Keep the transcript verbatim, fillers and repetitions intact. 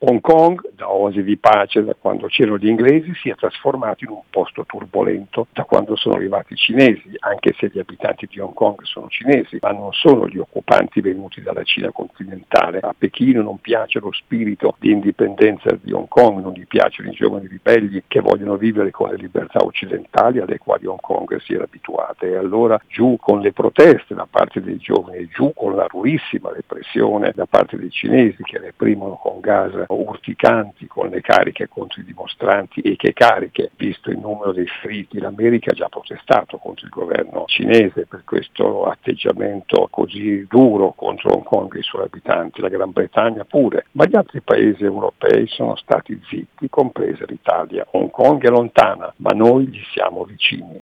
Hong Kong, da oasi di pace da quando c'erano gli inglesi, si è trasformato in un posto turbolento da quando sono arrivati i cinesi, anche se gli abitanti di Hong Kong sono cinesi, ma non sono gli occupanti venuti dalla Cina continentale. A Pechino non piace lo spirito di indipendenza di Hong Kong, non gli piacciono i giovani ribelli che vogliono vivere con le libertà occidentali alle quali Hong Kong si era abituata, e allora giù con le proteste da parte dei giovani e giù con la durissima repressione da parte dei cinesi che reprimono con gas urticanti, con le cariche contro i dimostranti, e che cariche, visto il numero dei feriti. L'America ha già protestato contro il governo cinese per questo atteggiamento così duro contro Hong Kong e i suoi abitanti, la Gran Bretagna pure, ma gli altri paesi europei sono stati zitti, compresa l'Italia. Hong Kong è lontana, ma noi gli siamo vicini.